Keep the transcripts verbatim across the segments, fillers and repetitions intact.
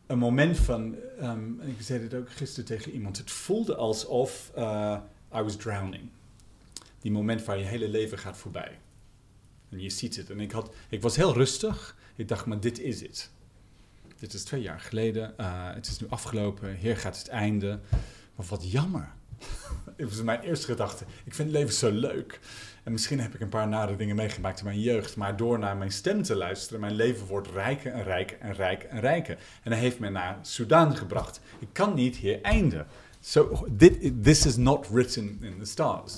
een moment van, um, ik zei dit ook gisteren tegen iemand, het voelde alsof uh, I was drowning. Die moment waar je hele leven gaat voorbij. En je ziet het. En ik, had, ik was heel rustig. Ik dacht, maar dit is het. Dit is twee jaar geleden. Uh, het is nu afgelopen. Hier gaat het einde. Maar wat jammer. Dat was mijn eerste gedachte. Ik vind het leven zo leuk. En misschien heb ik een paar nare dingen meegemaakt in mijn jeugd. Maar door naar mijn stem te luisteren, mijn leven wordt rijker en rijker en rijker en rijker. En hij heeft me naar Sudan gebracht. Ik kan niet hier eindigen. So, this, this is not written in the stars.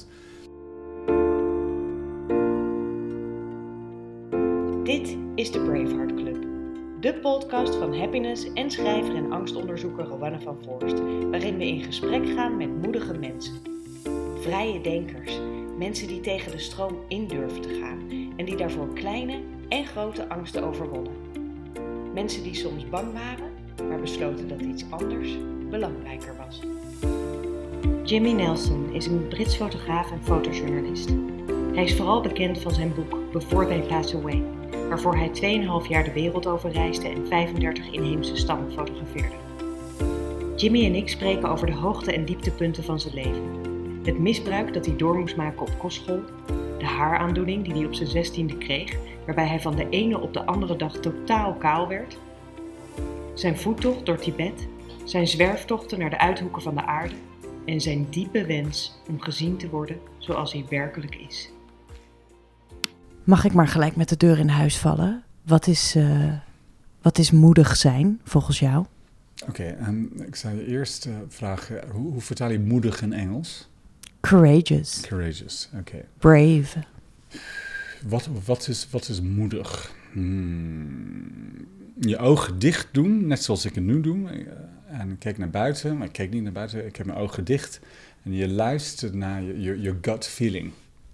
Dit is de Braveheart Club. De podcast van happiness en schrijver en angstonderzoeker Rowanne van Voorst. Waarin we in gesprek gaan met moedige mensen. Vrije denkers. Mensen die tegen de stroom in durven te gaan. En die daarvoor kleine en grote angsten overwonnen. Mensen die soms bang waren, maar besloten dat iets anders belangrijker was. Jimmy Nelson is een Brits fotograaf en fotojournalist. Hij is vooral bekend van zijn boek Before They Pass Away, waarvoor hij twee komma vijf jaar de wereld over reisde en vijfendertig inheemse stammen fotografeerde. Jimmy en ik spreken over de hoogte- en dieptepunten van zijn leven. Het misbruik dat hij door moest maken op kostschool, de haaraandoening die hij op zijn zestiende kreeg, waarbij hij van de ene op de andere dag totaal kaal werd, zijn voettocht door Tibet, zijn zwerftochten naar de uithoeken van de aarde en zijn diepe wens om gezien te worden zoals hij werkelijk is. Mag ik maar gelijk met de deur in huis vallen? Wat is, uh, wat is moedig zijn, volgens jou? Oké, okay, um, ik zou je eerst uh, vragen, hoe, hoe vertaal je moedig in Engels? Courageous. Courageous, oké. Okay. Brave. Wat, wat, is, wat is moedig? Hmm. Je ogen dicht doen, net zoals ik het nu doe. Uh, en ik keek naar buiten, maar ik keek niet naar buiten. Ik heb mijn ogen dicht. En je luistert naar je, je, je gut feeling.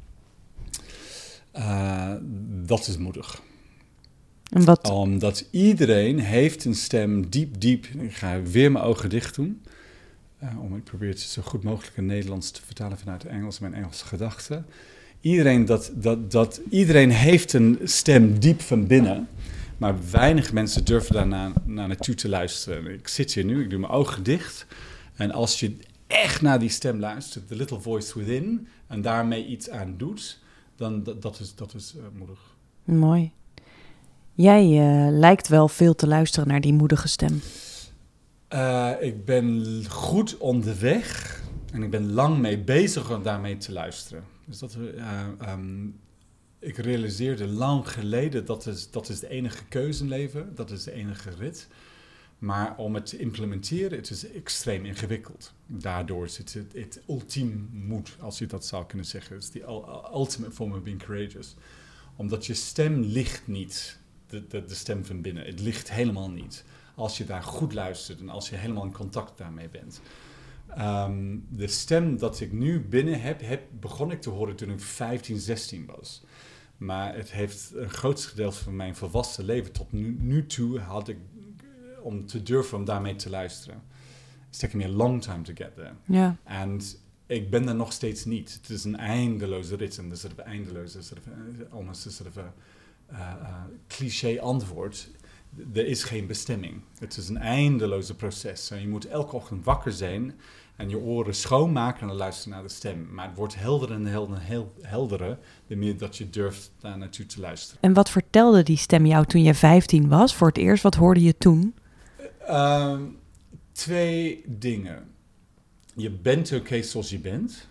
Uh, dat is moedig. En wat? Omdat iedereen heeft een stem diep, diep. Ik ga weer mijn ogen dicht doen. Uh, om, ik probeer het zo goed mogelijk in Nederlands te vertalen vanuit Engels, mijn Engelse gedachten. Iedereen, dat, dat, dat, iedereen heeft een stem diep van binnen. Maar weinig mensen durven daar naar, naar naartoe te luisteren. Ik zit hier nu, ik doe mijn ogen dicht. En als je echt naar die stem luistert, the little voice within, en daarmee iets aan doet, dan dat, dat is, dat is uh, moedig. Mooi. Jij uh, lijkt wel veel te luisteren naar die moedige stem. Uh, ik ben goed onderweg en ik ben lang mee bezig om daarmee te luisteren. Dus dat, uh, um, ik realiseerde lang geleden dat is, dat is de enige keuze in leven, dat is de enige rit. Maar om het te implementeren, het is extreem ingewikkeld. Daardoor is het het, het ultiem moed, als je dat zou kunnen zeggen. Het is die ultimate form of being courageous. Omdat je stem ligt niet, de, de, de stem van binnen. Het ligt helemaal niet. Als je daar goed luistert en als je helemaal in contact daarmee bent. Um, de stem dat ik nu binnen heb, heb, begon ik te horen toen ik vijftien, zestien was. Maar het heeft een groot gedeelte van mijn volwassen leven tot nu, nu toe had ik, om te durven om daarmee te luisteren. It's taken me a long time to get there. Ja. En ik ben er nog steeds niet. Het is een eindeloze rit en een soort of eindeloze, soort of, almost een soort of a, uh, uh, cliché antwoord. Er is geen bestemming. Het is een eindeloze proces. En je moet elke ochtend wakker zijn en je oren schoonmaken en dan luisteren naar de stem. Maar het wordt helder en helder, heel helderer, de meer dat je durft daar naartoe te luisteren. En wat vertelde die stem jou toen je vijftien was? Voor het eerst, wat hoorde je toen? Uh, twee dingen. Je bent oké okay zoals je bent.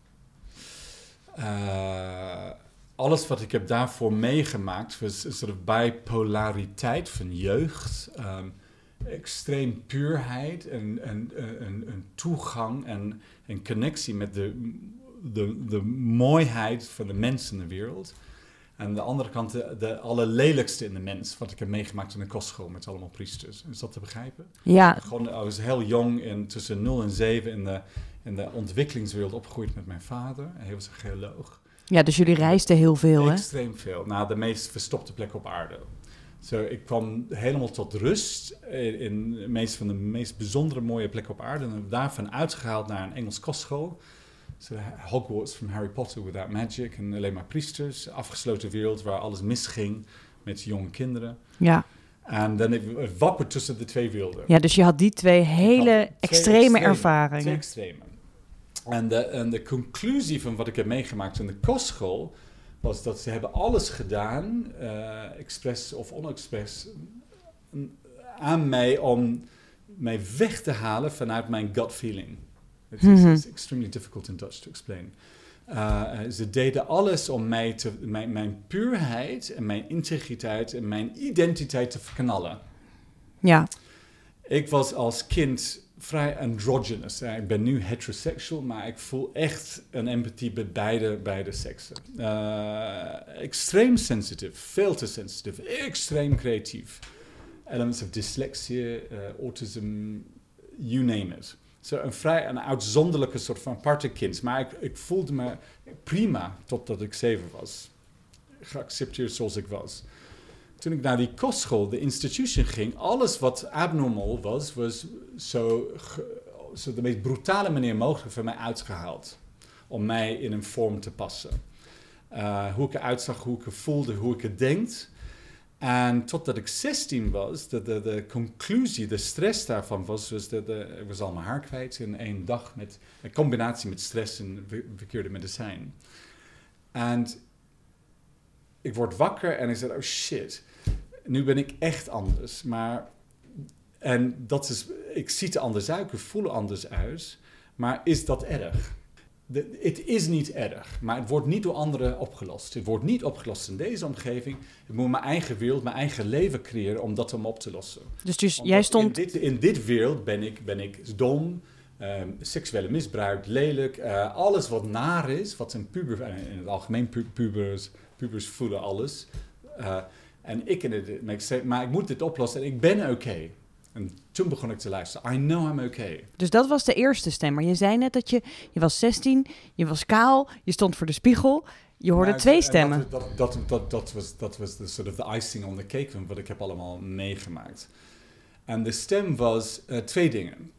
Uh, alles wat ik heb daarvoor meegemaakt was een soort bipolariteit van jeugd. Um, extreem puurheid en, en, en, en toegang en, en connectie met de, de, de mooiheid van de mens in de wereld. En aan de andere kant de, de allerlelijkste in de mens, wat ik heb meegemaakt in de kostschool met allemaal priesters. Is dat te begrijpen? Ja. Ik, gewoon, ik was heel jong, in, tussen nul en zeven, in de, in de ontwikkelingswereld opgegroeid met mijn vader. Hij was een geoloog. Ja, dus jullie reisden heel veel, hè? Extreem veel. Naar de meest verstopte plek op aarde. So, ik kwam helemaal tot rust in, in de meest van de meest bijzondere mooie plekken op aarde. En heb daarvan uitgehaald naar een Engels kostschool. So, Hogwarts van Harry Potter without magic. En alleen maar priesters. Afgesloten wereld waar alles misging met jonge kinderen. Ja. En dan ik wapper tussen de twee werelden. Ja, dus je had die twee hele twee extreme, extreme ervaringen. Twee extreme. En de, en de conclusie van wat ik heb meegemaakt in de kostschool was dat ze hebben alles gedaan, uh, expres of onexpres, aan mij om mij weg te halen vanuit mijn gut feeling. It's, mm-hmm. it's extremely difficult in Dutch to explain. Uh, ze deden alles om mij te, mijn, mijn puurheid en mijn integriteit en mijn identiteit te verknallen. Ja. Ik was als kind vrij androgynous. Ik ben nu heteroseksueel, maar ik voel echt een empathie bij beide, beide seksen. Uh, extreem sensitief, veel te sensitief, extreem creatief. Elements of dyslexie, uh, autism, you name it. Zo so, een vrij een uitzonderlijke soort van aparte kind. Maar ik, ik voelde me prima totdat ik zeven was. Geaccepteerd zoals ik was. Toen ik naar die kostschool, de institution ging, alles wat abnormaal was, was zo, zo de meest brutale manier mogelijk voor mij uitgehaald. Om mij in een vorm te passen. Uh, hoe ik eruit zag, hoe ik het voelde, hoe ik het denkte. En totdat ik zestien was, de, de, de conclusie, de stress daarvan was, was dat ik was al mijn haar kwijt in één dag met een combinatie met stress en verkeerde medicijn. En ik word wakker en ik zeg, oh shit, nu ben ik echt anders. Maar, en dat is, ik zie er anders uit, ik voel er anders uit, maar is dat erg? Het is niet erg, maar het wordt niet door anderen opgelost. Het wordt niet opgelost in deze omgeving. Ik moet mijn eigen wereld, mijn eigen leven creëren om dat om op te lossen. Dus, dus jij stond... In dit, in dit wereld ben ik, ben ik dom, um, seksuele misbruik, lelijk. Uh, alles wat naar is, wat een puber... In het algemeen pu- pubers, pubers voelen alles. Uh, en ik in het... Maar ik, zei, maar ik moet dit oplossen en ik ben oké. Okay. En toen begon ik te luisteren. I know I'm okay. Dus dat was de eerste stem. Maar je zei net dat je... Je was zestien, je was kaal, je stond voor de spiegel. Je hoorde nou, twee stemmen. Dat, dat, dat, dat, dat was, dat was the sort of the icing on the cake van wat ik heb allemaal meegemaakt. En de stem was uh, twee dingen.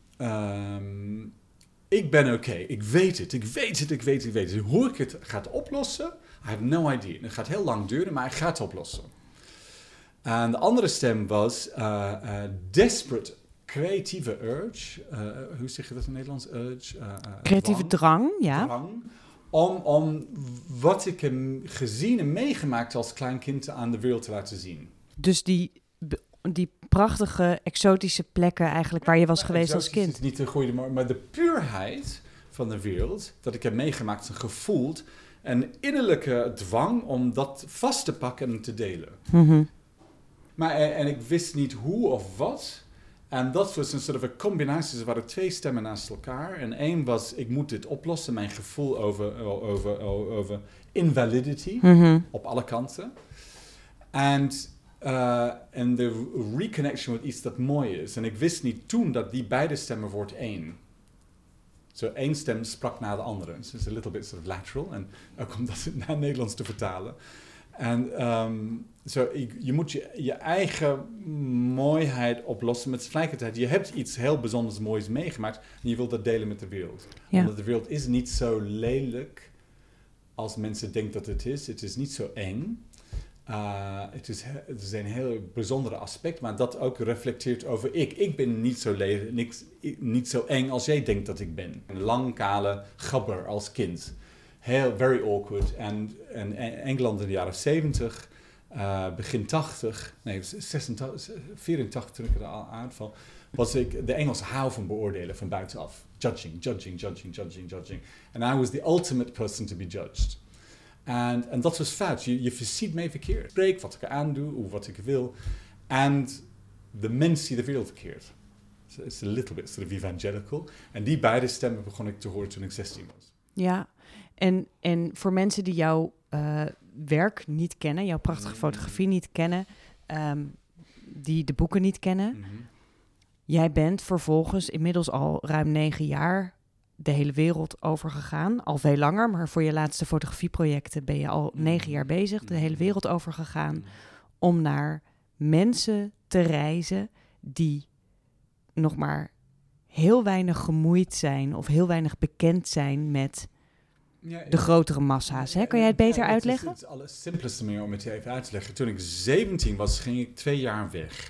Um, ik ben oké. Okay. Ik weet het. Ik weet het. Ik weet het. Ik weet het. Hoe ik het ga oplossen, I have no idea. Het gaat heel lang duren, maar ik ga het oplossen. En de andere stem was uh, uh, desperate, creatieve urge. Uh, hoe zeg je dat in het Nederlands? Urge? Uh, uh, creatieve drang, drang ja. Drang, om, om wat ik heb gezien en meegemaakt als klein kind aan de wereld te laten zien. Dus die, die prachtige, exotische plekken eigenlijk waar je was geweest als kind. Is niet de goede, maar, maar de puurheid van de wereld, dat ik heb meegemaakt en gevoeld. Een innerlijke dwang om dat vast te pakken en te delen. Mm-hmm. Maar, en ik wist niet hoe of wat. En dat was een soort van combinatie. Er waren twee stemmen naast elkaar. En één was, ik moet dit oplossen. Mijn gevoel over, over, over, over invalidity. Mm-hmm. Op alle kanten. En uh, de reconnection met iets dat mooi is. En ik wist niet toen dat die beide stemmen wordt één. Zo so, één stem sprak naar de andere. Dus het is een little bit sort of lateral. En ook om dat naar Nederlands te vertalen. En um, so, je, je moet je, je eigen mooiheid oplossen. Met tegelijkertijd, je hebt iets heel bijzonders moois meegemaakt. En je wilt dat delen met de wereld. Ja. Omdat de wereld is niet zo lelijk als mensen denken dat het is. Het is niet zo eng. Uh, het, is, het is een heel bijzondere aspect. Maar dat ook reflecteert over ik. Ik ben niet zo, le- niks, niet zo eng als jij denkt dat ik ben. Een lang, kale gabber als kind. Heel, very awkward. En, en Engeland in de jaren zeventig, uh, begin tachtig, nee, zesentachtig, vierentachtig toen ik er al uitval, was ik de Engels hou van beoordelen van buitenaf. Judging, judging, judging, judging, judging. And I was the ultimate person to be judged. En, en dat was fout. Je, je ziet mij verkeerd. Ik spreek wat ik aandoe, of wat ik wil. En de mens ziet de wereld verkeerd. So it's a little bit sort of evangelical. En die beide stemmen begon ik te horen toen ik zestien was. Ja. En, en voor mensen die jouw uh, werk niet kennen, jouw prachtige fotografie niet kennen, um, die de boeken niet kennen. Mm-hmm. Jij bent vervolgens inmiddels al ruim negen jaar de hele wereld overgegaan. Al veel langer, maar voor je laatste fotografieprojecten ben je al negen jaar bezig. De hele wereld overgegaan om naar mensen te reizen die nog maar heel weinig gemoeid zijn of heel weinig bekend zijn met ja, de grotere massa's. Hè? Kan jij het beter ja, uitleggen? Het is, het is het simpleste manier om het je even uit te leggen. Toen ik zeventien was, ging ik twee jaar weg.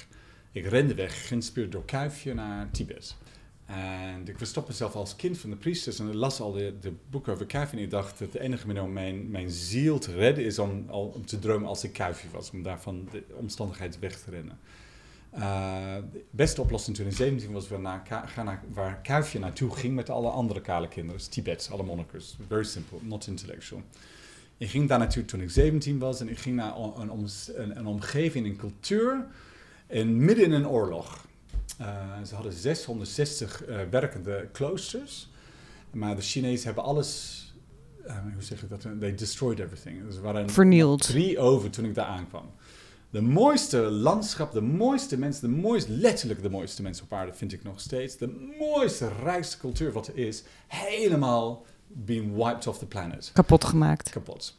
Ik rende weg, geïnspireerd door Kuifje naar Tibet. En ik verstopte mezelf als kind van de priesters en ik las al de, de boeken over Kuifje. En ik dacht dat de enige manier om mijn, mijn ziel te redden is om, om te dromen als ik Kuifje was. Om daarvan de omstandigheid weg te rennen. Uh, de beste oplossing in twintig zeventien was we naar, gaan naar waar Kuifje naartoe ging met alle andere kale kinderen. Tibet, alle monnikers. Very simple, not intellectual. Ik ging daar naartoe toen ik zeventien was en ik ging naar een, een, een, een omgeving, een cultuur, in, midden in een oorlog. Uh, ze hadden zeshonderdzestig uh, werkende kloosters, maar de Chinezen hebben alles, uh, hoe zeg je dat, they destroyed everything. Dus er waren vernield. Drie over toen ik daar aankwam. De mooiste landschap, de mooiste mensen, de mooiste, letterlijk de mooiste mensen op aarde vind ik nog steeds. De mooiste, rijkste cultuur wat er is, helemaal being wiped off the planet. Kapot gemaakt. Kapot.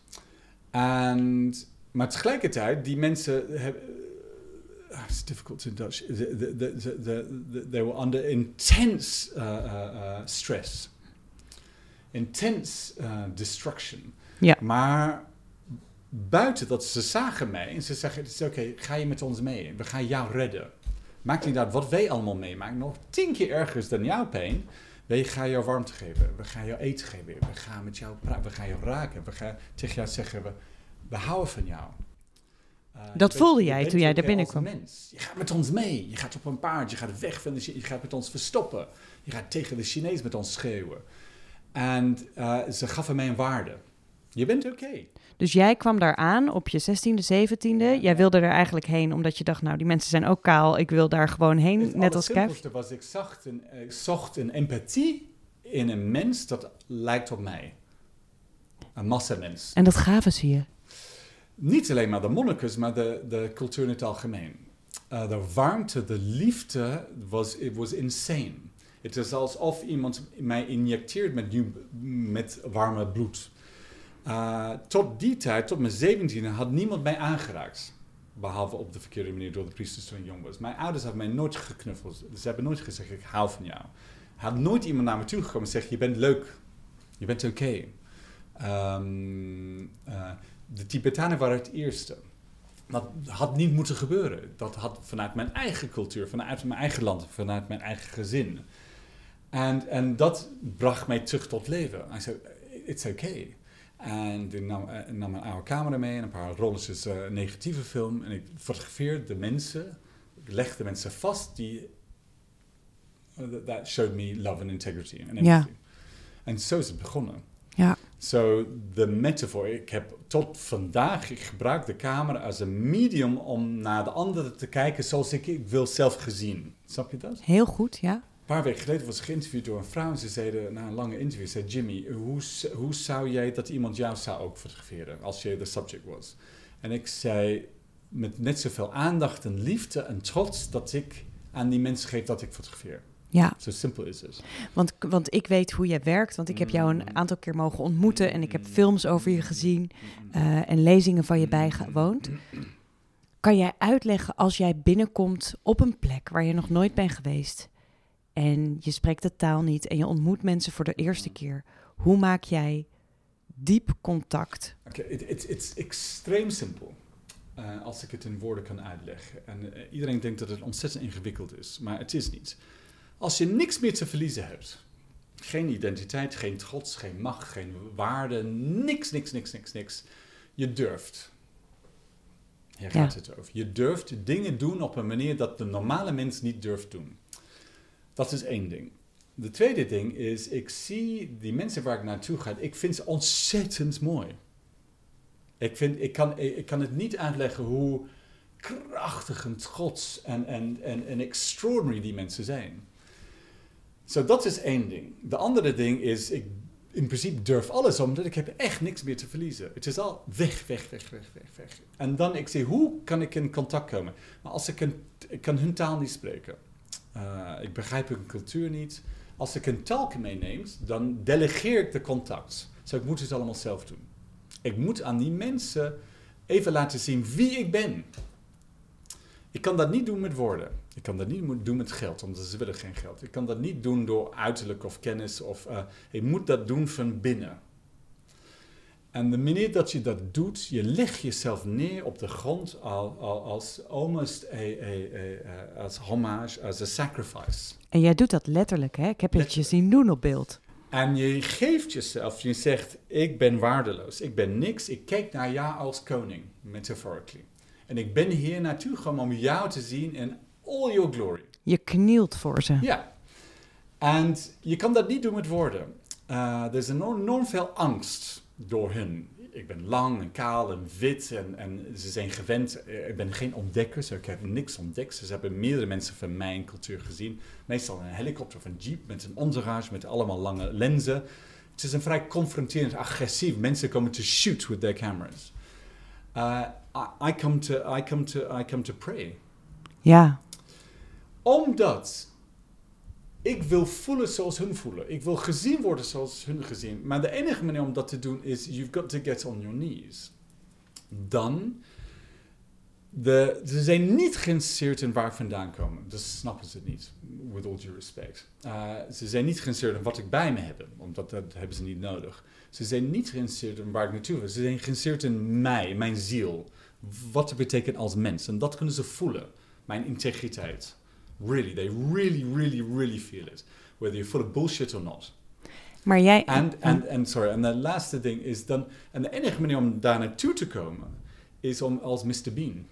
En, maar tegelijkertijd, die mensen hebben... Uh, it's difficult in Dutch. The, the, the, the, the, they were under intense uh, uh, uh, stress. Intense uh, destruction. Ja. Maar buiten dat, ze zagen mij en ze zeggen, oké, okay, ga je met ons mee? We gaan jou redden. Maakt niet uit wat wij allemaal meemaken. Nog tien keer erger dan jouw pijn. We gaan jou warmte geven. We gaan jou eten geven. We gaan met jou praten. We gaan jou raken. We gaan tegen jou zeggen, we, we houden van jou. Uh, dat je voelde bent, jij je toen jij okay daar binnenkwam? Mens. Je gaat met ons mee. Je gaat op een paard. Je gaat weg van de Chinezen. Je gaat met ons verstoppen. Je gaat tegen de Chinezen met ons schreeuwen. En uh, ze gaven mij een waarde. Je bent oké. Okay. Dus jij kwam daar aan op je zestiende, zeventiende. Jij wilde er eigenlijk heen omdat je dacht, nou, die mensen zijn ook kaal. Ik wil daar gewoon heen, het net als Kuif. Het was, ik zocht een, ik zocht een empathie in een mens dat lijkt op mij. Een massamens. En dat gaven ze je? Niet alleen maar de monnikers, maar de, de cultuur in het algemeen. Uh, de warmte, de liefde, was, it was insane. Het is alsof iemand mij injecteert met, nieuw, met warme bloed. Uh, tot die tijd, tot mijn zeventiende, had niemand mij aangeraakt. Behalve op de verkeerde manier door de priesters toen ik jong was. Mijn ouders hebben mij nooit geknuffeld. Ze hebben nooit gezegd, ik hou van jou. Er had nooit iemand naar me toe gekomen en zegt, je bent leuk. Je bent oké. Okay. Um, uh, de Tibetanen waren het eerste. Dat had niet moeten gebeuren. Dat had vanuit mijn eigen cultuur, vanuit mijn eigen land, vanuit mijn eigen gezin. En, en dat bracht mij terug tot leven. I said, it's okay. En ik nam, uh, nam een oude camera mee en een paar rolletjes uh, negatieve film. En ik fotografeerde de mensen. Ik legde de mensen vast die... Uh, that showed me love and integrity. And everything. Ja. En zo is het begonnen. Ja. So, de metafoor. Ik heb tot vandaag... Ik gebruik de camera als een medium om naar de anderen te kijken zoals ik, ik wil zelf gezien. Snap je dat? Heel goed, ja. Een paar weken geleden was ik geïnterviewd door een vrouw en ze zeiden, na een lange interview, zei Jimmy, hoe, hoe zou jij dat iemand jou zou ook fotograferen als je de subject was? En ik zei, met net zoveel aandacht en liefde en trots dat ik aan die mensen geef dat ik fotografeer. Ja. Zo simpel is het. Want, want ik weet hoe jij werkt, want ik heb jou een aantal keer mogen ontmoeten en ik heb films over je gezien uh, en lezingen van je bijgewoond. Kan jij uitleggen als jij binnenkomt op een plek waar je nog nooit bent geweest en je spreekt de taal niet en je ontmoet mensen voor de eerste keer, hoe maak jij diep contact? Oké, okay, het is extreem simpel. Uh, als ik het in woorden kan uitleggen. En uh, iedereen denkt dat het ontzettend ingewikkeld is, maar het is niet. Als je niks meer te verliezen hebt, geen identiteit, geen trots, geen macht, geen waarde, niks, niks, niks, niks, niks. Je durft. Hier gaat ja. het over. Je durft dingen doen op een manier dat de normale mens niet durft doen. Dat is één ding. De tweede ding is, ik zie die mensen waar ik naartoe ga, ik vind ze ontzettend mooi. Ik, vind, ik, kan, ik kan het niet uitleggen hoe krachtig en trots en, en, en, en extraordinary die mensen zijn. Zo, so, dat is één ding. De andere ding is, ik in principe durf alles omdat ik heb echt niks meer te verliezen. Het is al weg, weg, weg, weg, weg, weg. En dan ik zeg, hoe kan ik in contact komen? Maar als ik, een, ik kan hun taal niet spreken. Uh, ik begrijp hun cultuur niet. Als ik een tolk meeneem, dan delegeer ik de contact. Zo, so, ik moet het allemaal zelf doen. Ik moet aan die mensen even laten zien wie ik ben. Ik kan dat niet doen met woorden. Ik kan dat niet doen met geld, omdat ze willen geen geld. Ik kan dat niet doen door uiterlijk of kennis. Of, uh, ik moet dat doen van binnen. En de manier dat je dat doet, je legt jezelf neer op de grond al, al, als almost a, a, a, als hommage, als een sacrifice. En jij doet dat letterlijk, hè? Ik heb het je zien doen op beeld. En je geeft jezelf, je zegt, ik ben waardeloos, ik ben niks, ik kijk naar jou als koning, metaphorically. En ik ben hier naartoe gekomen om jou te zien in all your glory. Je knielt voor ze. Ja. En je kan dat niet doen met woorden. Uh, er is enorm, enorm veel angst door hun. Ik ben lang en kaal en wit en, en ze zijn gewend. Ik ben geen ontdekker, dus ik heb niks ontdekt. Ze hebben meerdere mensen van mijn cultuur gezien. Meestal een helikopter of een jeep met een entourage met allemaal lange lenzen. Het is een vrij confronterend, agressief. Mensen komen te shoot with their cameras. Uh, I, I, come to, I, come to, I come to pray. Ja. Omdat ik wil voelen zoals hun voelen. Ik wil gezien worden zoals hun gezien. Maar de enige manier om dat te doen is, you've got to get on your knees. Dan, de, ze zijn niet geïnteresseerd in waar vandaan komen. Dus snappen ze het niet, with all due respect. Uh, ze zijn niet geïnteresseerd in wat ik bij me heb, omdat dat hebben ze niet nodig. Ze zijn niet geïnteresseerd in waar ik naartoe wil. Ze zijn geïnteresseerd in mij, mijn ziel. Wat het betekent als mens. En dat kunnen ze voelen. Mijn integriteit. Really, they really, really, really feel it. Whether you're full of bullshit or not. Maar jij... En, en, en sorry, en de laatste ding is dan... En de enige manier om daar naartoe te komen, is om als mister Bean.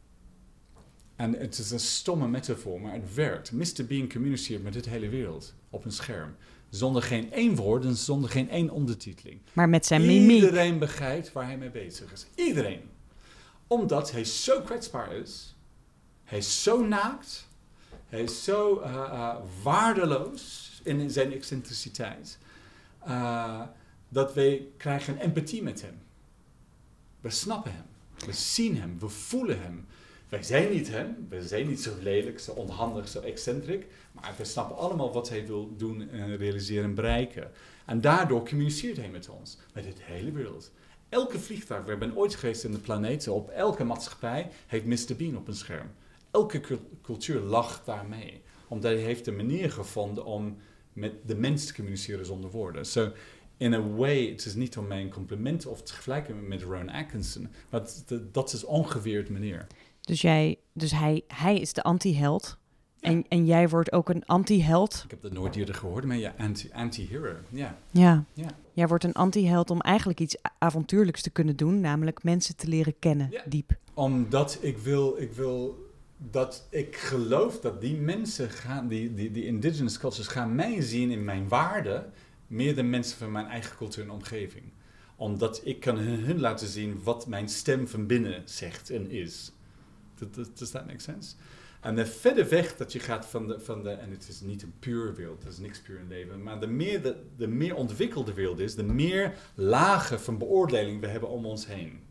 En het is een stomme metafoor, maar het werkt. mister Bean communiceert met de hele wereld op een scherm. Zonder geen één woord en zonder geen één ondertiteling. Maar met zijn mimiek. Iedereen begrijpt waar hij mee bezig is. Iedereen. Omdat hij zo kwetsbaar is. Hij is zo naakt. Hij is zo uh, uh, waardeloos in zijn excentriciteit. Uh, dat wij krijgen empathie met hem. We snappen hem. We zien hem. We voelen hem. Wij zijn niet hem. We zijn niet zo lelijk, zo onhandig, zo excentric. Maar we snappen allemaal wat hij wil doen, uh, realiseren en bereiken. En daardoor communiceert hij met ons. Met de hele wereld. Elke vliegtuig, we hebben ooit geweest in de planeten, op elke maatschappij heeft mister Bean op een scherm. Elke cultuur lacht daarmee. Omdat hij heeft een manier gevonden om met de mens te communiceren zonder woorden. So, in a way, het is niet om mij een compliment of te vergelijken met Rowan Atkinson. Maar dat is ongeveer het manier. Dus, jij, dus hij, hij is de anti-held. Ja. En, en jij wordt ook een anti-held. Ik heb dat nooit eerder gehoord, maar ja, anti, anti-hero. Ja. Ja. Ja. Jij wordt een anti-held om eigenlijk iets avontuurlijks te kunnen doen. Namelijk mensen te leren kennen, Ja. diep. Omdat ik wil... Ik wil dat ik geloof dat die mensen gaan, die, die, die indigenous cultures gaan mij zien in mijn waarden, meer dan mensen van mijn eigen cultuur en omgeving. Omdat ik kan hun, hun laten zien wat mijn stem van binnen zegt en is. Does that make sense? En de verder weg dat je gaat van de, van de, en het is niet een puur wereld, er is niks puur in leven, maar de meer, de, de meer ontwikkelde wereld is, de meer lagen van beoordeling we hebben om ons heen.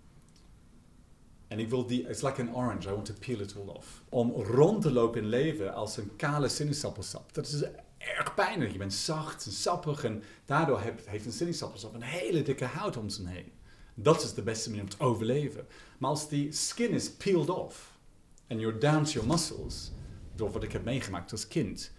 En ik wil die, it's like an orange, I want to peel it all off. Om rond te lopen in leven als een kale sinaasappelsap. Dat is erg pijnlijk. Je bent zacht en sappig en daardoor heeft, heeft een sinaasappelsap een hele dikke huid om zich heen. Dat is de beste manier om te overleven. Maar als die skin is peeled off and you're down to your muscles, door wat ik heb meegemaakt als kind,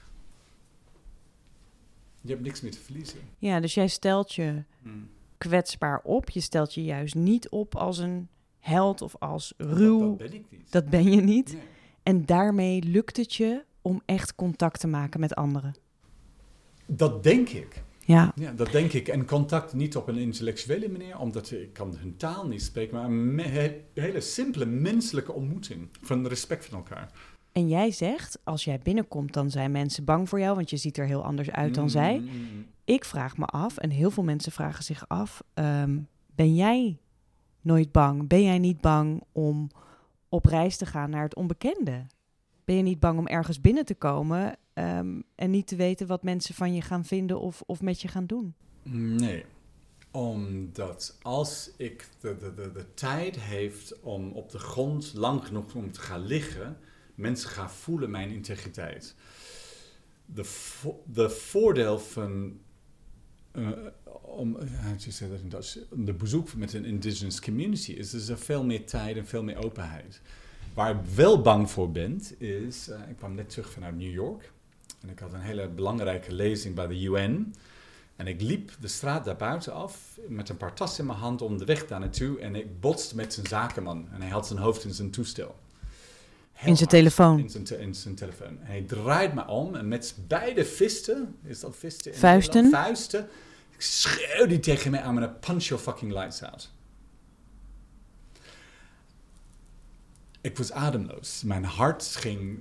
je hebt niks meer te verliezen. Ja, dus jij stelt je hmm. kwetsbaar op. Je stelt je juist niet op als een held of als ruw. Dat, dat ben ik niet. Dat ben je niet. Nee. En daarmee lukt het je om echt contact te maken met anderen. Dat denk ik. Ja. Ja, dat denk ik. En contact niet op een intellectuele manier, omdat ik kan hun taal niet spreken, maar een me- hele simpele menselijke ontmoeting van respect van elkaar. En jij zegt, als jij binnenkomt, dan zijn mensen bang voor jou, want je ziet er heel anders uit dan mm, zij. Mm, Ik vraag me af, en heel veel mensen vragen zich af, um, ben jij nooit bang? Ben jij niet bang om op reis te gaan naar het onbekende? Ben je niet bang om ergens binnen te komen um, en niet te weten wat mensen van je gaan vinden of, of met je gaan doen? Nee, omdat als ik de, de, de, de tijd heeft om op de grond lang genoeg om te gaan liggen, mensen gaan voelen mijn integriteit. De, vo- de voordeel van uh, om, how you say that in Dutch, de bezoek met een indigenous community is er veel meer tijd en veel meer openheid. Waar ik wel bang voor ben, is, uh, ik kwam net terug vanuit New York en ik had een hele belangrijke lezing bij de U N. En ik liep de straat daar buiten af met een paar tassen in mijn hand om de weg daar naartoe. En ik botste met zijn zakenman. En hij had zijn hoofd in zijn toestel. Heel in zijn hard. telefoon? In zijn, te- in zijn telefoon. En hij draait me om en met beide visten, is dat visten? In Vuisten? Nederland? Vuisten. Ik schreeuw die tegen mij aan en punch your fucking lights out. Ik was ademloos. Mijn hart ging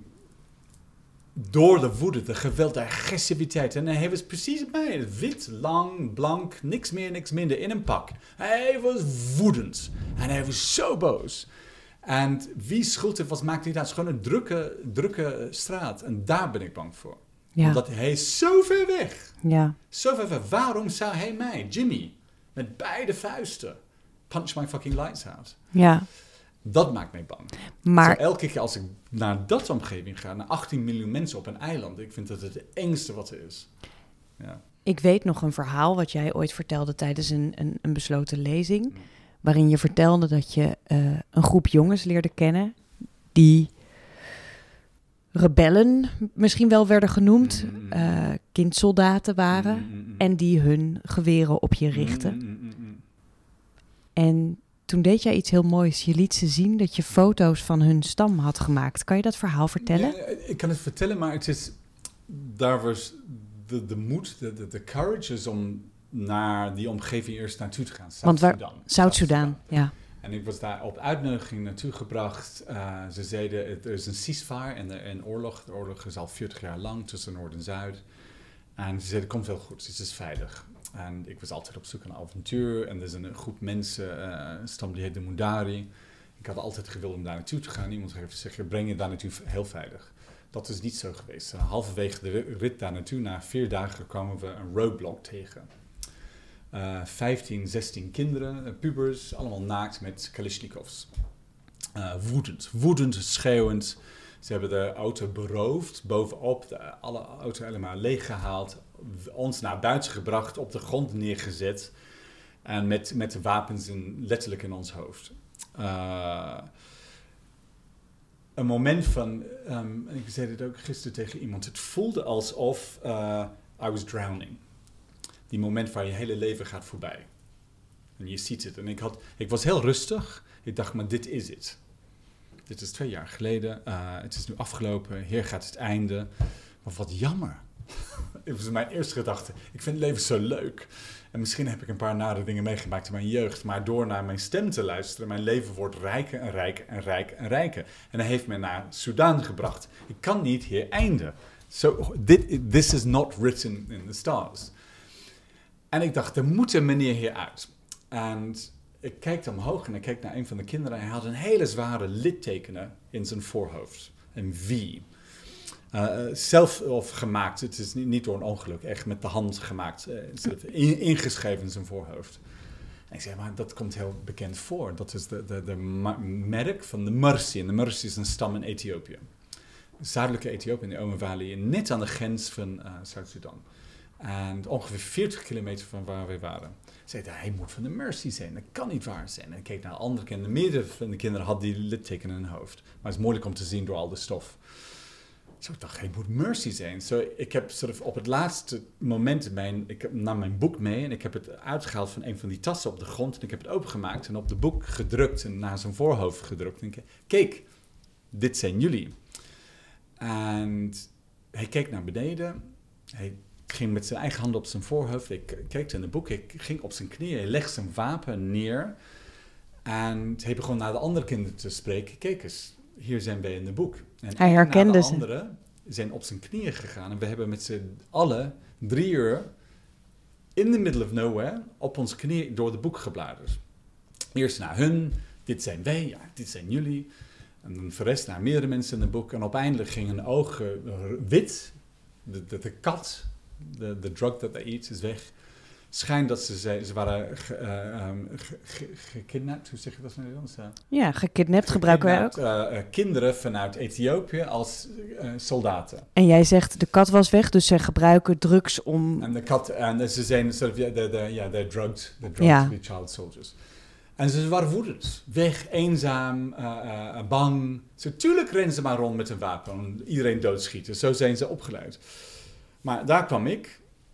door de woede, de geweld, de agressiviteit. En hij was precies mij. Wit, lang, blank, niks meer, niks minder, in een pak. Hij was woedend. En hij was zo boos. En wie schuld heeft, was, maakt niet uit. Het is gewoon een drukke, drukke straat. En daar ben ik bang voor. Ja. Omdat hij is zo ver weg. Ja. Zo ver weg. Waarom zou hij mij, Jimmy, met beide vuisten, punch my fucking lights out? Ja. Dat maakt mij bang. Maar Zo elke keer als ik naar dat omgeving ga, naar achttien miljoen mensen op een eiland, ik vind dat het het engste wat er is. Ja. ik weet nog een verhaal wat jij ooit vertelde tijdens een, een, een besloten lezing. Waarin je vertelde dat je uh, een groep jongens leerde kennen die rebellen misschien wel werden genoemd, Mm-hmm. uh, kindsoldaten waren Mm-hmm. en die hun geweren op je richtten. Mm-hmm. En toen deed jij iets heel moois. Je liet ze zien dat je foto's van hun stam had gemaakt. Kan je dat verhaal vertellen? Ja, ik kan het vertellen, maar het is, daar was de, de moed, de, de, de courage is om naar die omgeving eerst naartoe te gaan. Want waar- Zuid-Soedan. Zuid-Soedan, ja. En ik was daar op uitnodiging naartoe gebracht. Uh, ze zeiden, er is een ceasefire en er- een oorlog. De oorlog is al veertig jaar lang tussen Noord en Zuid. En ze zeiden, het komt wel goed, het is veilig. En ik was altijd op zoek naar avontuur. En er is een groep mensen, uh, een stam die heet de Mudari. Ik had altijd gewild om daar naartoe te gaan. Iemand heeft gezegd, breng je daar naartoe heel veilig. Dat is niet zo geweest. Uh, halverwege de rit daar naartoe, na vier dagen, kwamen we een roadblock tegen. Uh, vijftien, zestien kinderen, uh, pubers, allemaal naakt met kalashnikovs. Uh, woedend, woedend, schreeuwend. Ze hebben de auto beroofd, bovenop, de, alle auto helemaal leeggehaald, ons naar buiten gebracht, op de grond neergezet en met, met de wapens in, letterlijk in ons hoofd. Uh, een moment van, um, ik zei dit ook gisteren tegen iemand, het voelde alsof uh, I was drowning. Die moment waar je hele leven gaat voorbij. En je ziet het. En ik, had, ik was heel rustig. Ik dacht, maar dit is het. Dit is twee jaar geleden. Uh, het is nu afgelopen. Hier gaat het einde. Maar wat jammer. Het was mijn eerste gedachte. Ik vind het leven zo leuk. En misschien heb ik een paar nare dingen meegemaakt in mijn jeugd. Maar door naar mijn stem te luisteren, mijn leven wordt rijker en rijker en rijker en rijker. En hij heeft me naar Sudan gebracht. Ik kan niet hier eindigen. So, dit, this is not written in the stars. En ik dacht, er moet een manier hier uit. En ik kijk omhoog en ik kijk naar een van de kinderen. En hij had een hele zware litteken in zijn voorhoofd. Een V. Uh, zelf of gemaakt. Het is niet, niet door een ongeluk. Echt met de hand gemaakt. Uh, in, ingeschreven in zijn voorhoofd. En ik zei, maar dat komt heel bekend voor. Dat is de, de, de merk van de Mursi. En de Mursi is een stam in Ethiopië. Zuidelijke Ethiopië in de Omo Valley. Net aan de grens van uh, Zuid-Sudan. En ongeveer veertig kilometer van waar we waren. Zei hij, hij moet van de Mercy zijn. Dat kan niet waar zijn. En ik keek naar de andere kinderen. Meerdere van de kinderen hadden die litteken in hun hoofd. Maar het is moeilijk om te zien door al de stof. Zo ik dacht, hij moet Mercy zijn. So, ik heb sort of op het laatste moment mijn, ik nam mijn boek mee. En ik heb het uitgehaald van een van die tassen op de grond. En ik heb het opengemaakt en op de boek gedrukt. En naar zijn voorhoofd gedrukt. En ik, kijk, dit zijn jullie. En hij keek naar beneden. Hij ging met zijn eigen handen op zijn voorhoofd. Ik keek in het boek. Ik ging op zijn knieën. Hij legde zijn wapen neer. En hij begon naar de andere kinderen te spreken. Kijk eens, hier zijn wij in het boek. En Hij herkende de ze. anderen zijn op zijn knieën gegaan. En we hebben met z'n allen drie uur in the middle of nowhere op ons knieën door het boek gebladerd. Eerst naar hun. Dit zijn wij. Ja, dit zijn jullie. En dan verrest naar meerdere mensen in het boek. En uiteindelijk ging hun ogen wit. De, de, de kat, de, de drug that they eat, is weg. Schijnt dat ze, ze, ze waren ge, uh, um, ge, ge, gekidnapt, hoe zeg je dat in Nederlands? Uh, Ja, gekidnapt gebruiken wij ook. uh, uh, kinderen vanuit Ethiopië als uh, soldaten. En jij zegt, de kat was weg, dus ze gebruiken drugs om... En de kat, en ze zijn sort of, ja, de, de, ja, they're drugged, they're drugged Ja. to be child soldiers. En ze waren woedend, weg, eenzaam, uh, uh, bang. Zo, tuurlijk rennen ze maar rond met een wapen en iedereen doodschieten. Zo zijn ze opgeleid. Maar daar kwam ik,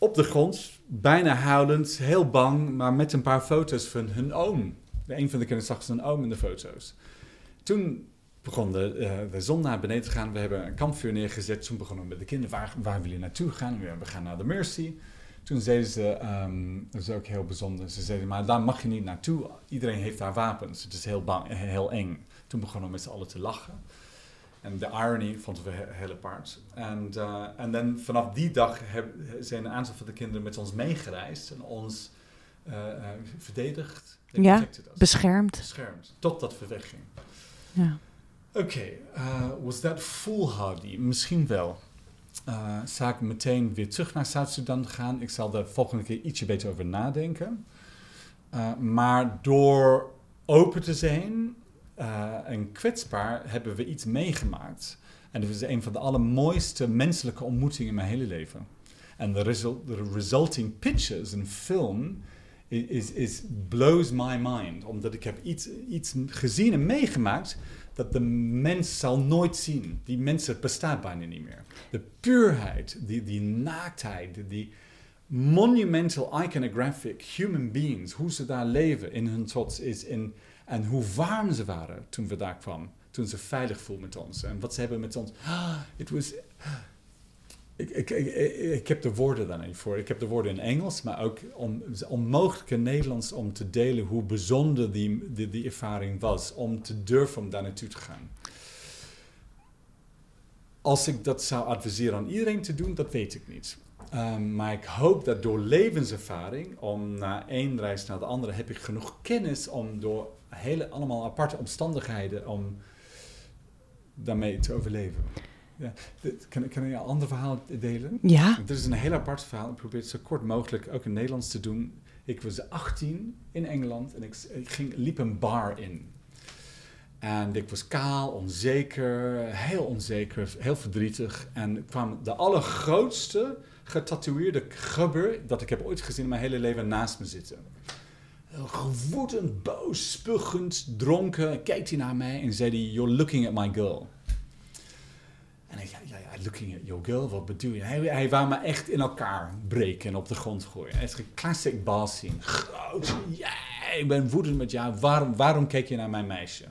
op de grond, bijna huilend, heel bang, maar met een paar foto's van hun oom. Een van de kinderen zag zijn oom in de foto's. Toen begon de, uh, de zon naar beneden te gaan. We hebben een kampvuur neergezet. Toen begonnen we met de kinderen, waar, waar willen jullie naartoe gaan? We gaan naar de Mercy. Toen zeiden ze, um, dat is ook heel bijzonder, ze zeiden, maar daar mag je niet naartoe. Iedereen heeft daar wapens. Het is heel, bang, heel eng. Toen begonnen we met z'n allen te lachen. En de irony vonden we he- heel apart. En uh, dan vanaf die dag heb, zijn een aantal van de kinderen met ons meegereisd en ons uh, uh, verdedigd. Ja, beschermd. Beschermd, totdat we weggingen. Ja. Oké, okay, uh, was that foolhardy? Misschien wel. Uh, zou ik meteen weer terug naar Zuid-Sudan gaan? Ik zal daar volgende keer ietsje beter over nadenken. Uh, maar door open te zijn uh, en kwetsbaar hebben we iets meegemaakt. En dat is een van de allermooiste menselijke ontmoetingen in mijn hele leven. En de result, resulting pictures, een film, is, is blows my mind. Omdat ik heb iets, iets gezien en meegemaakt dat de mens zal nooit zien. Die mensen bestaat bijna niet meer. De puurheid, die, die naaktheid, die monumental iconographic human beings, hoe ze daar leven in hun trots is in, en hoe warm ze waren toen we daar kwamen. Toen ze veilig voelden met ons. En wat ze hebben met ons. Ah, it was, ik, ik, ik, ik heb de woorden daar niet voor. Ik heb de woorden in Engels, maar ook om, onmogelijk in Nederlands om te delen hoe bijzonder die, die, die ervaring was. Om te durven om daar naartoe te gaan. Als ik dat zou adviseren aan iedereen te doen, dat weet ik niet. Um, maar ik hoop dat door levenservaring, om na één reis naar de andere, heb ik genoeg kennis om door hele, allemaal aparte omstandigheden, om daarmee te overleven. Ja, dit, kan, kan ik een ander verhaal delen? Ja. Dit is een heel apart verhaal. Ik probeer het zo kort mogelijk ook in Nederlands te doen. Ik was achttien in Engeland en ik, ik ging, liep een bar in. En ik was kaal, onzeker, heel onzeker, heel verdrietig. En kwam de allergrootste getatoeëerde gubber dat ik heb ooit gezien in mijn hele leven naast me zitten. Gewoedend, boos, spuggend, dronken, kijkt hij naar mij en zei hij, "You're looking at my girl." En ik zei, ja, ja, looking at your girl, wat bedoel je? Hij, hij wou me echt in elkaar breken en op de grond gooien. Het is een classic boss scene. Groot, ja, ik ben woedend met jou, waarom, waarom kijk je naar mijn meisje?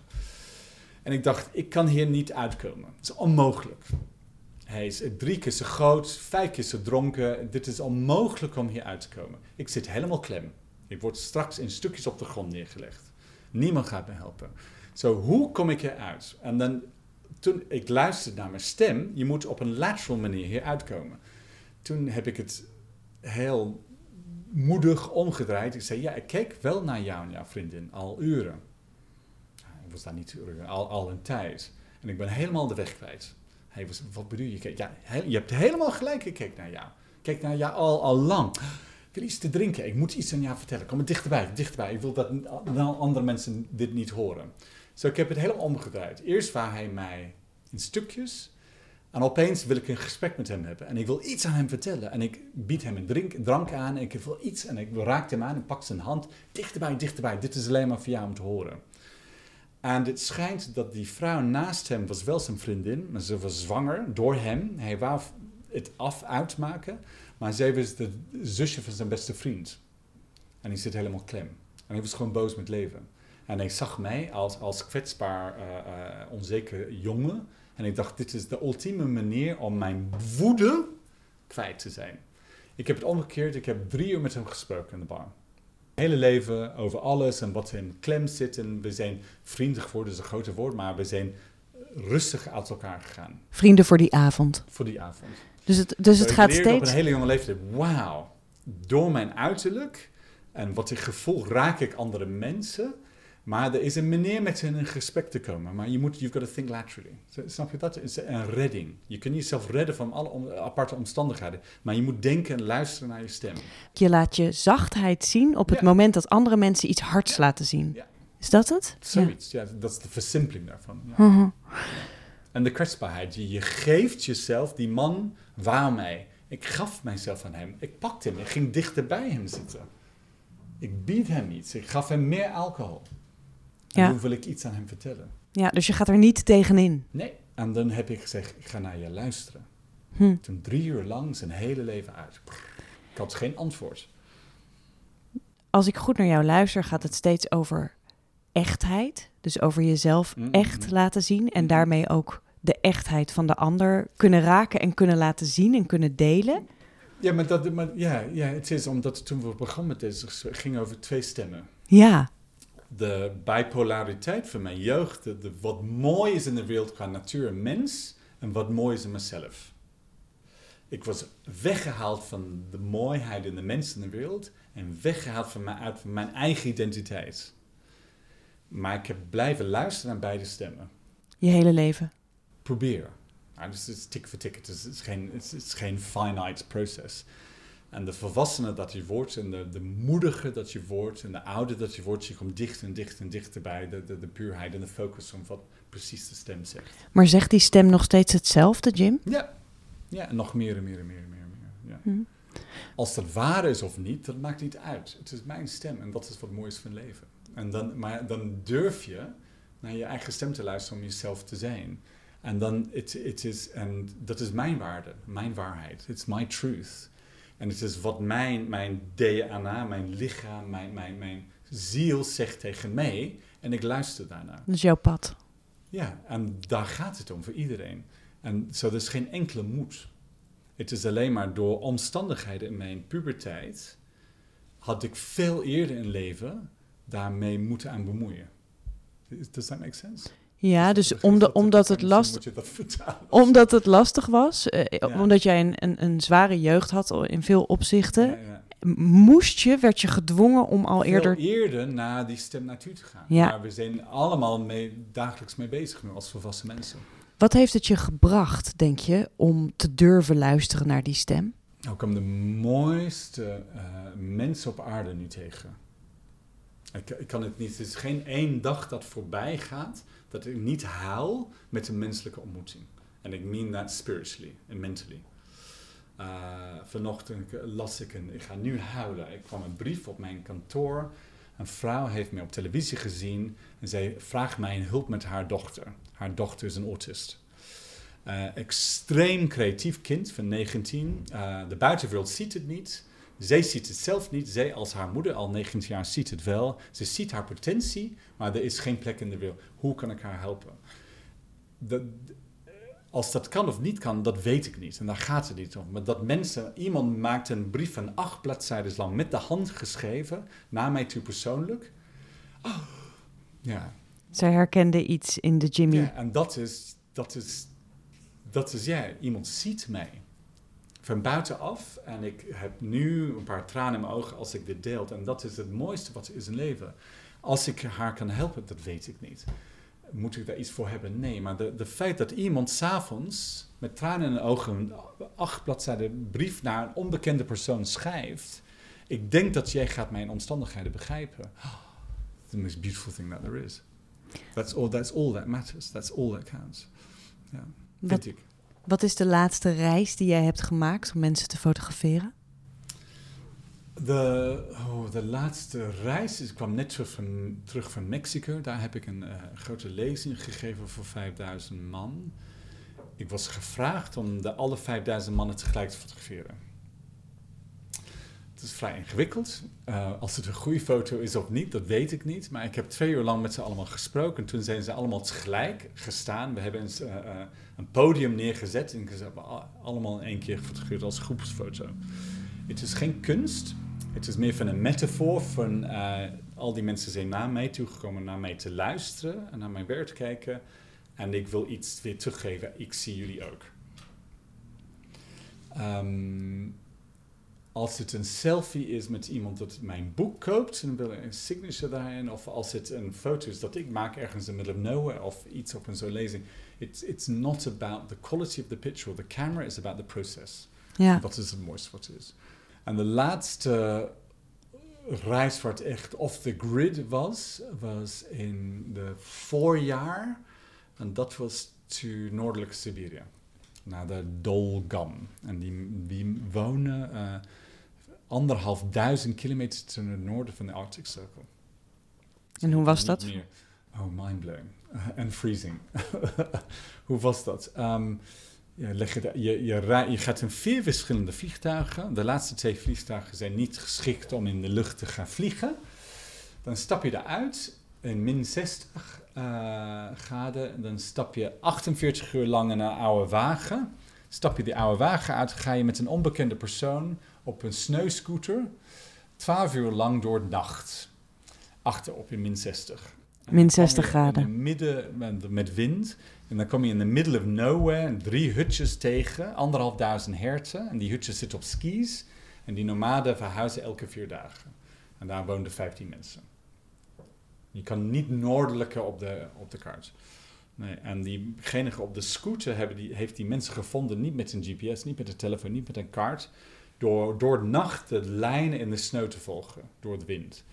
En ik dacht, ik kan hier niet uitkomen. Het is onmogelijk. Hij is drie keer zo groot, vijf keer zo dronken. Dit is onmogelijk om hier uit te komen. Ik zit helemaal klem. Ik word straks in stukjes op de grond neergelegd. Niemand gaat me helpen. Zo, hoe kom ik hieruit? En dan, toen ik luisterde naar mijn stem, je moet op een lateral manier hier uitkomen. Toen heb ik het heel moedig omgedraaid. Ik zei, ja, ik keek wel naar jou en jouw vriendin, al uren. Ik was daar niet uren, al, al een tijd. En ik ben helemaal de weg kwijt. Hij was, wat bedoel je? Ja, je hebt helemaal gelijk, ik keek naar jou. Ik keek naar jou al, al lang. Ik wil iets te drinken, ik moet iets aan jou vertellen. Kom maar dichterbij, dichterbij. Ik wil dat andere mensen dit niet horen. Zo, ik heb het helemaal omgedraaid. Eerst waar hij mij in stukjes. En opeens wil ik een gesprek met hem hebben. En ik wil iets aan hem vertellen. En ik bied hem een drink, drank aan. En ik wil iets. En ik raak hem aan en pak zijn hand. Dichterbij, dichterbij. Dit is alleen maar voor jou om te horen. En het schijnt dat die vrouw naast hem was wel zijn vriendin. Maar ze was zwanger door hem. Hij wou het af uitmaken. Maar zij was de zusje van zijn beste vriend. En die zit helemaal klem. En hij was gewoon boos met leven. En hij zag mij als, als kwetsbaar, uh, uh, onzeker jongen. En ik dacht, dit is de ultieme manier om mijn woede kwijt te zijn. Ik heb het omgekeerd. Ik heb drie uur met hem gesproken in de bar. Het hele leven over alles en wat in klem zit. En we zijn vrienden geworden, is een grote woord. Maar we zijn rustig uit elkaar gegaan. Vrienden voor die avond. Voor die avond. Dus het, dus Zo, het gaat steeds... op een hele jonge leeftijd, wauw. Door mijn uiterlijk en wat ik gevoel raak ik andere mensen. Maar er is een manier met hen in gesprek te komen. Maar je moet, you've got to think laterally. Snap je dat? Het is een redding. Je kunt jezelf redden van alle om, aparte omstandigheden. Maar je moet denken en luisteren naar je stem. Je laat je zachtheid zien op het ja. moment dat andere mensen iets hards ja. laten zien. Ja. Is dat het? Zoiets, ja. ja dat is de versimpeling daarvan. Ja. Uh-huh. En de kwetsbaarheid. Je, je geeft jezelf, die man wou mij. Ik gaf mijzelf aan hem. Ik pakte hem. Ik ging dichter bij hem zitten. Ik bied hem iets. Ik gaf hem meer alcohol. En ja. nu wil ik iets aan hem vertellen. Ja, dus je gaat er niet tegenin. Nee. En dan heb ik gezegd, ik ga naar je luisteren. Hm. Toen drie uur lang zijn hele leven uit. Ik had geen antwoord. Als ik goed naar jou luister, gaat het steeds over echtheid. Dus over jezelf Mm-hmm. echt laten zien. En daarmee ook de echtheid van de ander kunnen raken en kunnen laten zien en kunnen delen. Ja, maar, dat, maar ja, ja, het is omdat toen we het programma deden, het ging over twee stemmen. Ja, De bipolariteit van mijn jeugd, de, de, wat mooi is in de wereld qua natuur en mens, en wat mooi is in mezelf. Ik was weggehaald van de mooiheid in de mens in de wereld en weggehaald van mijn, uit van mijn eigen identiteit. Maar ik heb blijven luisteren naar beide stemmen. je hele leven. Probeer. Nou, dus het is tik voor tik. Het is, het is geen, het is geen finite proces. En de volwassene dat je wordt en de, de moedige dat je wordt en de oude dat je wordt, je komt dichter en dichter en dichter bij de, de, de puurheid en de focus van wat precies de stem zegt. Maar zegt die stem nog steeds hetzelfde, Jim? Ja, ja en nog meer en meer en meer en meer. En meer ja. Hm. Als dat waar is of niet, dat maakt niet uit. Het is mijn stem en dat is wat mooi is van leven. En dan, maar dan durf je naar je eigen stem te luisteren om jezelf te zijn. En dan, it, it is, en dat is mijn waarde, mijn waarheid. It's my truth. En het is wat mijn, mijn D N A, mijn lichaam, mijn, mijn, mijn ziel zegt tegen mij. En ik luister daarnaar. Dat is jouw pad. Ja, en daar gaat het om voor iedereen. En zo, er is geen enkele moed. Het is alleen maar door omstandigheden in mijn puberteit had ik veel eerder in leven daarmee moeten aan bemoeien. Does that make sense? Ja, dus Dat- omda- dat- omdat, dat- het misschien last, moet je dat vertalen. omdat het lastig was, eh, Ja. omdat jij een, een, een zware jeugd had in veel opzichten, Ja, ja. moest je, werd je gedwongen om al Veel eerder... eerder naar die stem naartoe te gaan. Ja. Maar we zijn allemaal mee, dagelijks mee bezig nu als volwassen mensen. Wat heeft het je gebracht, denk je, om te durven luisteren naar die stem? Nou, ik kom de mooiste uh, mensen op aarde nu tegen. Ik, ik kan het niet, het is geen één dag dat voorbij gaat dat ik niet huil met een menselijke ontmoeting. En ik mean that spiritually and mentally. Uh, vanochtend las ik een, ik ga nu huilen. Ik kwam een brief op mijn kantoor. Een vrouw heeft mij op televisie gezien en zij vraagt mij een hulp met haar dochter. Haar dochter is een autist. Uh, extreem creatief kind van negentien. Uh, de buitenwereld ziet het niet. Zij ziet het zelf niet. Zij als haar moeder al negentien jaar ziet het wel. Ze ziet haar potentie, maar er is geen plek in de wereld. Hoe kan ik haar helpen? Dat, als dat kan of niet kan, dat weet ik niet. En daar gaat het niet om. Maar dat mensen, iemand maakt een brief van acht bladzijden lang met de hand geschreven, naar mij toe persoonlijk. Oh, ja. Zij herkende iets in de Jimmy. Ja, en dat is, dat is, dat is, ja, iemand ziet mij. Van buitenaf. En ik heb nu een paar tranen in mijn ogen als ik dit deel. En dat is het mooiste wat er is in leven. Als ik haar kan helpen, dat weet ik niet. Moet ik daar iets voor hebben? Nee, maar de, de feit dat iemand 's avonds met tranen in de ogen een acht bladzijden brief naar een onbekende persoon schrijft. Ik denk dat jij gaat mijn omstandigheden begrijpen. Oh, the most beautiful thing that there is. That's all, that's all that matters. That's all that counts. Ja, vind Wat, ik. wat is de laatste reis die jij hebt gemaakt om mensen te fotograferen? De, oh, de laatste reis, ik kwam net terug van, terug van Mexico. Daar heb ik een uh, grote lezing gegeven voor vijfduizend man. Ik was gevraagd om de alle vijfduizend mannen tegelijk te fotograferen. Het is vrij ingewikkeld. Uh, als het een goede foto is of niet, dat weet ik niet. Maar ik heb twee uur lang met ze allemaal gesproken. En toen zijn ze allemaal tegelijk gestaan. We hebben een, uh, uh, een podium neergezet. En ze hebben allemaal in één keer gefotografeerd als groepsfoto. Het is geen kunst. Het is meer van een metafoor van uh, al die mensen zijn naar mij toegekomen, naar mij te luisteren en naar mijn werk te kijken. En ik wil iets weer teruggeven. Ik zie jullie ook. Um, als het een selfie is met iemand dat mijn boek koopt, dan wil ik een signature daarin. Of als het een foto is dat ik maak ergens in the middle of nowhere of iets op een zo'n lezing. It's, it's not about the quality of the picture or the camera, it's about the process. Ja. Dat is het mooiste wat het is. En de laatste reis waar het echt off the grid was, was in de voorjaar. En dat was to noordelijke Siberië, naar de Dolgam. En die, die wonen uh, anderhalf duizend kilometer ten het noorden van de Arctic Circle. En hoe was Niet dat? meer. Oh, mindblowing. En uh, freezing. Hoe was dat? Um, Ja, leg je, je, je, rij, je gaat in vier verschillende vliegtuigen. De laatste twee vliegtuigen zijn niet geschikt om in de lucht te gaan vliegen. Dan stap je eruit in min zestig uh, graden. Dan stap je achtenveertig uur lang in een oude wagen. Stap je die oude wagen uit, ga je met een onbekende persoon op een sneeuwscooter twaalf uur lang door de nacht. Achterop in min zestig. min zestig graden. In het midden met, met wind. En dan kom je in the middle of nowhere drie hutjes tegen, anderhalf duizend herten. En die hutjes zitten op skis. En die nomaden verhuizen elke vier dagen. En daar woonden vijftien mensen. Je kan niet noordelijker op de, op de kaart. Nee, en diegene op de scooter hebben die, heeft die mensen gevonden, niet met een G P S, niet met een telefoon, niet met een kaart. Door, door de nacht de lijnen in de sneeuw te volgen, door de wind.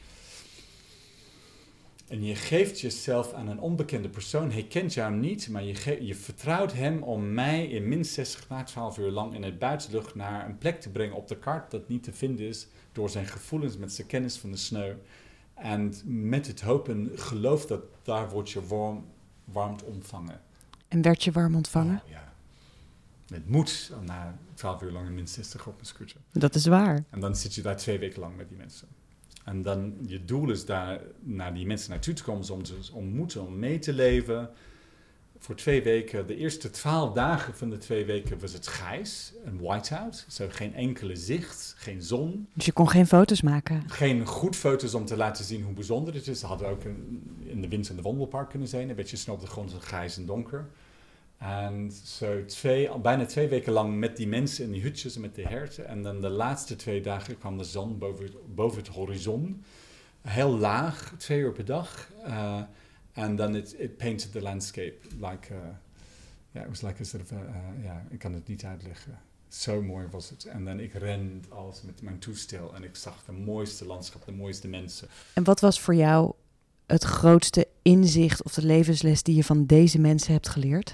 En je geeft jezelf aan een onbekende persoon. Hij kent jou niet, maar je, ge- je vertrouwt hem om mij in min zestig na twaalf uur lang in het buitenlucht naar een plek te brengen op de kaart dat niet te vinden is door zijn gevoelens, met zijn kennis van de sneeuw. En met het hoop en geloof dat daar wordt je warm, warm ontvangen. En werd je warm ontvangen? Oh, ja. Het moet na twaalf uur lang in min zestig op een scooter. Dat is waar. En dan zit je daar twee weken lang met die mensen. En dan, je doel is daar naar die mensen naartoe te komen, om te ontmoeten, om mee te leven. Voor twee weken, de eerste twaalf dagen van de twee weken was het grijs, een whiteout. Zo geen enkele zicht, geen zon. Dus je kon geen foto's maken? Geen goed foto's om te laten zien hoe bijzonder het is. Dat hadden we ook in, in de wind- en de wandelpark kunnen zijn. Een beetje snel op de grond, grijs en donker. En zo twee, bijna twee weken lang met die mensen in die hutjes en met de herten. En dan de laatste twee dagen kwam de zon boven het, boven het horizon. Heel laag, twee uur per dag. Uh, en dan it, it painted the landscape. Like, uh, yeah, it was like a sort of, uh, uh, yeah, ik kan het niet uitleggen. Zo mooi was het. En dan ik ren als met mijn toestel en ik zag de mooiste landschap, de mooiste mensen. En wat was voor jou het grootste inzicht of de levensles die je van deze mensen hebt geleerd?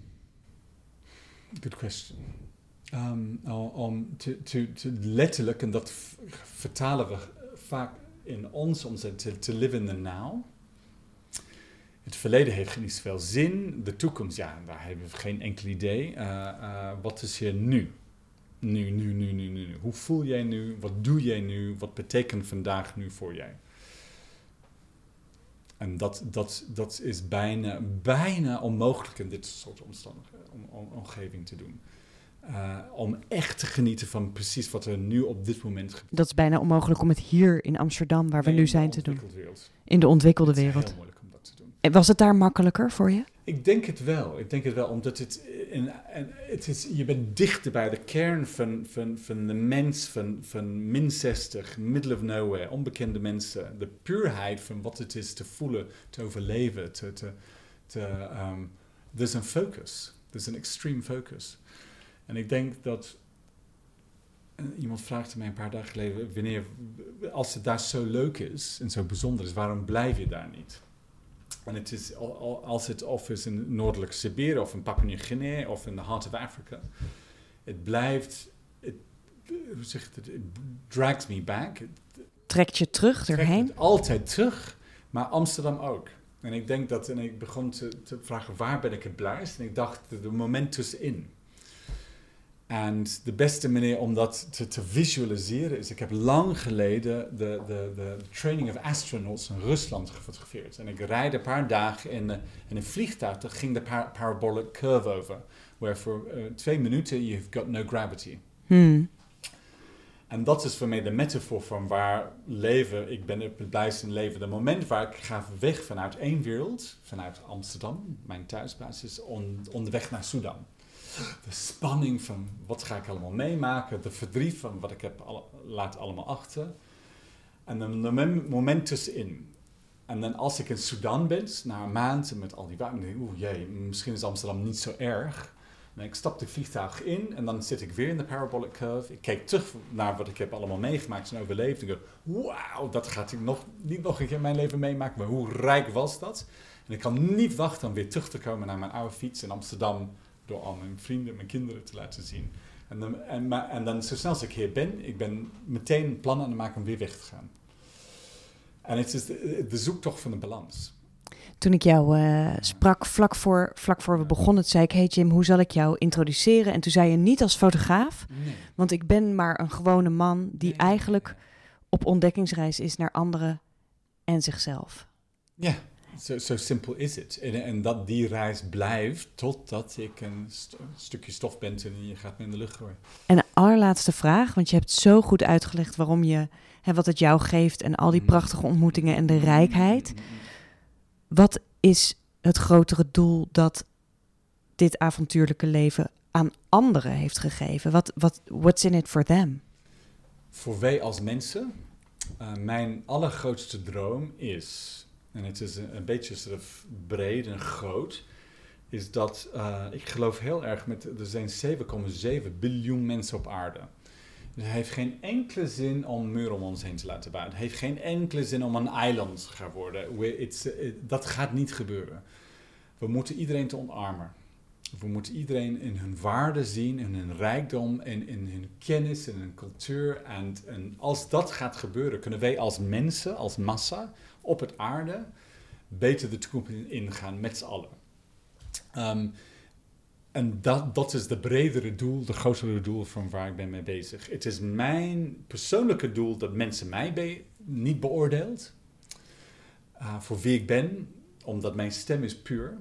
Good question. Um, om te, te, te letterlijk, en dat v- vertalen we vaak in ons, om te, te live in the now. Het verleden heeft niet zoveel zin. De toekomst, ja, daar hebben we geen enkel idee. Uh, uh, wat is hier nu? Nu, nu, nu, nu, nu. Hoe voel jij nu? Wat doe jij nu? Wat betekent vandaag nu voor jij? En dat, dat, dat is bijna, bijna onmogelijk in dit soort omstandigheden, om, om, omgeving te doen. Uh, om echt te genieten van precies wat er nu op dit moment gebeurt. Dat is bijna onmogelijk om het hier in Amsterdam, waar we Nee, nu in zijn, de te doen. wereld. In de ontwikkelde Het is wereld. heel moeilijk om dat te doen. En was het daar makkelijker voor je? Ik denk het wel. Ik denk het wel, omdat het, in, en het is, je bent dichter bij de kern van, van, van de mens, van, van min zestig, middle of nowhere, onbekende mensen. De puurheid van wat het is te voelen, te overleven. Te, te, te, um, er is een focus. Er is een extreme focus. En ik denk dat, iemand vraagde mij een paar dagen geleden, wanneer, als het daar zo leuk is en zo bijzonder is, waarom blijf je daar niet? En het is, als het of is in Noordelijk Siberië of in Papua Nieuw-Guinea of in the heart of Africa, het blijft, het, hoe zeg je het, it drags me back. Trekt je terug erheen? Trekt het altijd terug, maar Amsterdam ook. En ik denk dat, en ik begon te, te vragen, waar ben ik het blijst? En ik dacht, de moment tussenin. En de beste manier om dat te, te visualiseren is, ik heb lang geleden de, de, de training of astronauts in Rusland gefotografeerd. En ik rijd een paar dagen in, uh, in een vliegtuig, dat ging de par- parabolic curve over. Waar voor uh, twee minuten, you've got no gravity. Hmm. En dat is voor mij de metafoor van waar leven, ik ben op het blijste in leven. Het moment waar ik ga weg vanuit één wereld, vanuit Amsterdam, mijn thuisbasis, on, onderweg naar Sudan. De spanning van wat ga ik allemaal meemaken, de verdriet van wat ik heb alle, laat allemaal achter. En dan de mom- moment tussenin. En dan als ik in Sudan ben, na een maand met al die wagen, denk ik, oeh jee, misschien is Amsterdam niet zo erg. En ik stap de vliegtuig in en dan zit ik weer in de parabolic curve. Ik kijk terug naar wat ik heb allemaal meegemaakt en overleefd. En ik go, wauw, dat gaat ik nog, niet nog een keer in mijn leven meemaken, maar hoe rijk was dat? En ik kan niet wachten om weer terug te komen naar mijn oude fiets in Amsterdam, door al mijn vrienden, mijn kinderen te laten zien. En dan, en, maar, en dan zo snel als ik hier ben, ik ben meteen plannen aan het maken om weer weg te gaan. En het is de, de zoektocht van de balans. Toen ik jou uh, sprak, vlak voor, vlak voor we begonnen, zei ik... Hey Jim, hoe zal ik jou introduceren? En toen zei je niet als fotograaf. Nee. Want ik ben maar een gewone man die nee, eigenlijk nee. op ontdekkingsreis is naar anderen en zichzelf. Ja, zo so, so simpel is het. En, en dat die reis blijft totdat ik een st- stukje stof bent en je gaat me in de lucht gooien. En een allerlaatste vraag, want je hebt zo goed uitgelegd waarom je, hè, wat het jou geeft en al die prachtige ontmoetingen en de rijkheid. Wat is het grotere doel dat dit avontuurlijke leven aan anderen heeft gegeven? Wat, wat, what's in it for them? Voor wij als mensen, uh, mijn allergrootste droom is, en het is een, een beetje soort of breed en groot, is dat uh, ik geloof heel erg met, er zijn zeven komma zeven biljoen mensen op aarde. Dus het heeft geen enkele zin om muren om ons heen te laten bouwen. Het heeft geen enkele zin om een eiland te gaan worden. It's, it, dat gaat niet gebeuren. We moeten iedereen te omarmen. We moeten iedereen in hun waarde zien, in hun rijkdom, in, in hun kennis, in hun cultuur. En, en als dat gaat gebeuren, kunnen wij als mensen, als massa op het aarde, beter de toekomst ingaan met z'n allen. Um, En dat, dat is de bredere doel, de grotere doel van waar ik ben mee bezig. Het is mijn persoonlijke doel dat mensen mij be- niet beoordeelt. Uh, voor wie ik ben, omdat mijn stem is puur.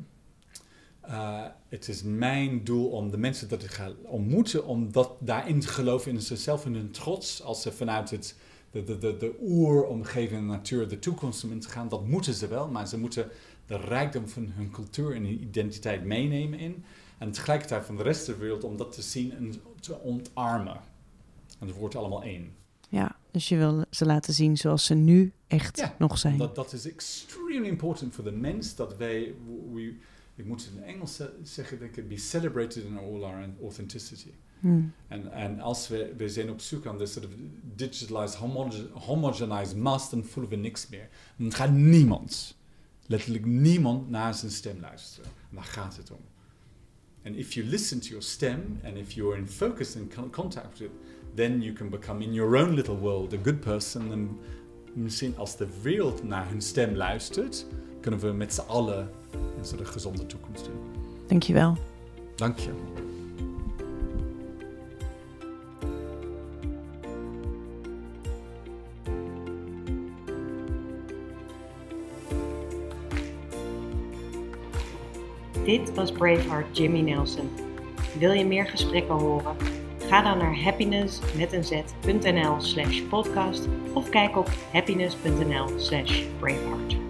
Uh, het is mijn doel om de mensen dat ik ga ontmoeten, om dat, daarin te geloven in zichzelf en hun trots. Als ze vanuit het, de, de, de, de oeromgeving en natuur de toekomst in te gaan, dat moeten ze wel. Maar ze moeten de rijkdom van hun cultuur en hun identiteit meenemen in. En tegelijkertijd van de rest der wereld om dat te zien en te ontarmen. En het wordt allemaal één. Ja, dus je wil ze laten zien zoals ze nu echt ja, nog zijn. Dat, dat is extremely important voor de mens. Dat wij, we, ik moet in het Engels zeggen, denk ik, be celebrated in all our authenticity. Hmm. En, en als we, we zijn op zoek aan de sort of digitalized, homogen, homogenized mass, dan voelen we niks meer. Dan gaat niemand, letterlijk niemand, naar zijn stem luisteren. En daar gaat het om. And if you listen to your stem, and if you're in focus and contact with it, then you can become in your own little world a good person. En misschien als de wereld naar hun stem luistert, kunnen we met z'n allen een soort gezonde toekomst doen. Dankjewel. Dank je. Dit was Braveheart Jimmy Nelson. Wil je meer gesprekken horen? Ga dan naar happiness met een z.nl slash podcast of kijk op happiness.nl slash braveheart.